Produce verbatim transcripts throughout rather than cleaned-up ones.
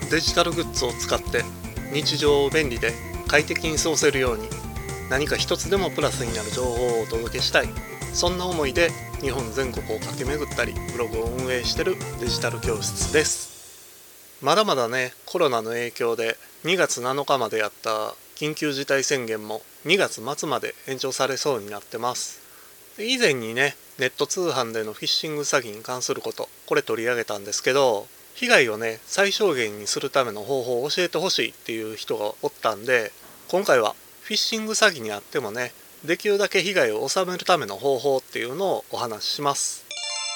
デジタルグッズを使って日常を便利で快適に過ごせるように、何か一つでもプラスになる情報をお届けしたい、そんな思いで日本全国を駆け巡ったりブログを運営しているデジタル教室です。まだまだね、コロナの影響でにがつなのかまでやった緊急事態宣言もにがつ末まで延長されそうになってます。以前にね、ネット通販でのフィッシング詐欺に関すること、これ取り上げたんですけど、被害をね最小限にするための方法を教えてほしいっていう人がおったんで、今回はフィッシング詐欺にあってもね、できるだけ被害を収めるための方法っていうのをお話しします。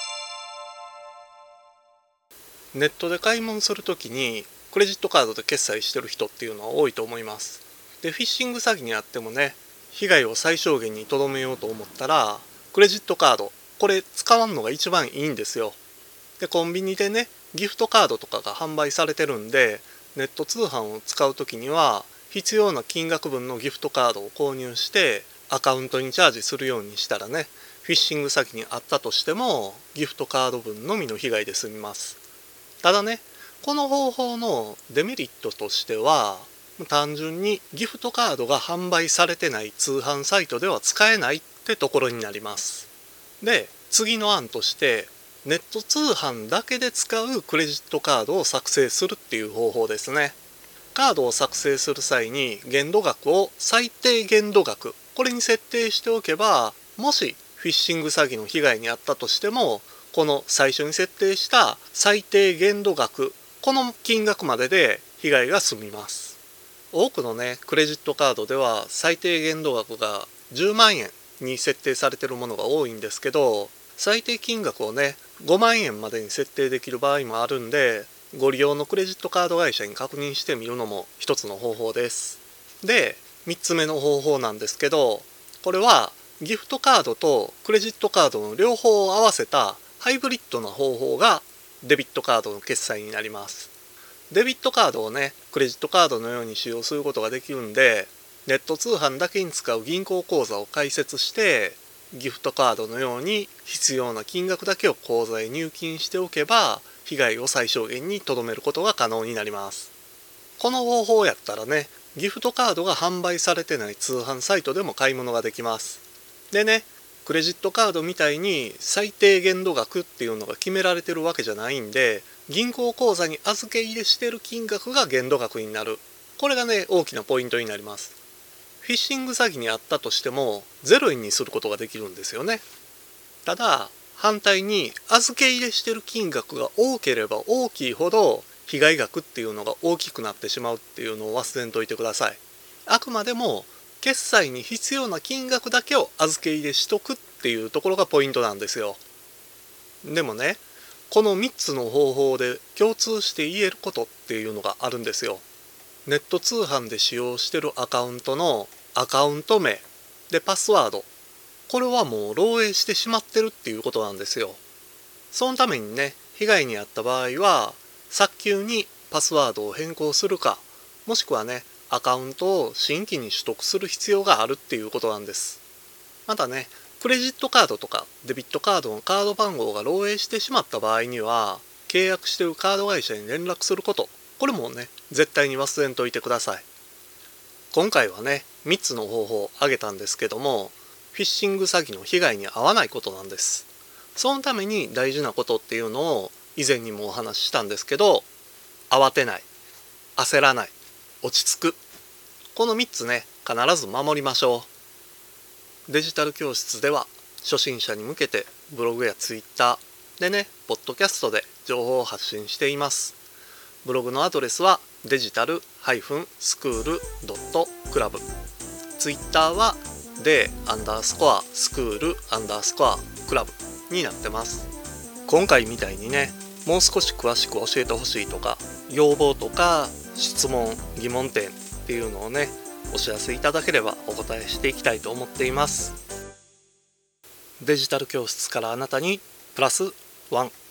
ネットで買い物するときにクレジットカードで決済してる人っていうのは多いと思います。で、フィッシング詐欺にあってもね、被害を最小限にとどめようと思ったら、クレジットカード、これ使わんのが一番いいんですよ。で、コンビニでね、ギフトカードとかが販売されてるんで、ネット通販を使うときには必要な金額分のギフトカードを購入してアカウントにチャージするようにしたらね、フィッシング詐欺にあったとしてもギフトカード分のみの被害で済みます。ただね、この方法のデメリットとしては、単純にギフトカードが販売されてない通販サイトでは使えないってところになります。で、次の案としてネット通販だけで使うクレジットカードを作成するっていう方法ですね。カードを作成する際に限度額を最低限度額、これに設定しておけば、もしフィッシング詐欺の被害に遭ったとしても、この最初に設定した最低限度額、この金額までで被害が済みます。多くのねクレジットカードでは最低限度額がじゅうまんえんに設定されているものが多いんですけど、最低金額をねごまんえんまでに設定できる場合もあるんで、ご利用のクレジットカード会社に確認してみるのも一つの方法です。で、みっつめの方法なんですけど、これはギフトカードとクレジットカードの両方を合わせたハイブリッドな方法がデビットカードの決済になります。デビットカードをねクレジットカードのように使用することができるんで、ネット通販だけに使う銀行口座を開設してギフトカードのように必要な金額だけを口座へ入金しておけば、被害を最小限にとどめることが可能になります。この方法やったらね、ギフトカードが販売されてない通販サイトでも買い物ができます。でね、クレジットカードみたいに最低限度額っていうのが決められてるわけじゃないんで、銀行口座に預け入れしてる金額が限度額になる。これがね大きなポイントになります。フィッシング詐欺にあったとしてもゼロえんにすることができるんですよね。ただ反対に預け入れしてる金額が多ければ大きいほど被害額っていうのが大きくなってしまうっていうのを忘れんといてください。あくまでも決済に必要な金額だけを預け入れしとくっていうところがポイントなんですよ。でもね、このみっつの方法で共通して言えることっていうのがあるんですよ。ネット通販で使用してるアカウントのアカウント名でパスワード、これはもう漏洩してしまってるっていうことなんですよ。そのためにね、被害に遭った場合は早急にパスワードを変更するか、もしくはねアカウントを新規に取得する必要があるっていうことなんです。またね、クレジットカードとかデビットカードのカード番号が漏洩してしまった場合には、契約しているカード会社に連絡すること、これもね絶対に忘れんといてください。今回はねみっつの方法を挙げたんですけども、フィッシング詐欺の被害に遭わないことなんです。そのために大事なことっていうのを以前にもお話ししたんですけど、慌てない、焦らない、落ち着く、このみっつね必ず守りましょう。デジタル教室では初心者に向けてブログやツイッターでね、ポッドキャストで情報を発信しています。ブログのアドレスはデジタルスクールドットクラブ、ツイッターはデーアンダースコアスクールアンダースコアクラブになってます。今回みたいにね、もう少し詳しく教えてほしいとか、要望とか質問疑問点っていうのをねお知らせいただければお答えしていきたいと思っています。デジタル教室からあなたにプラスワン。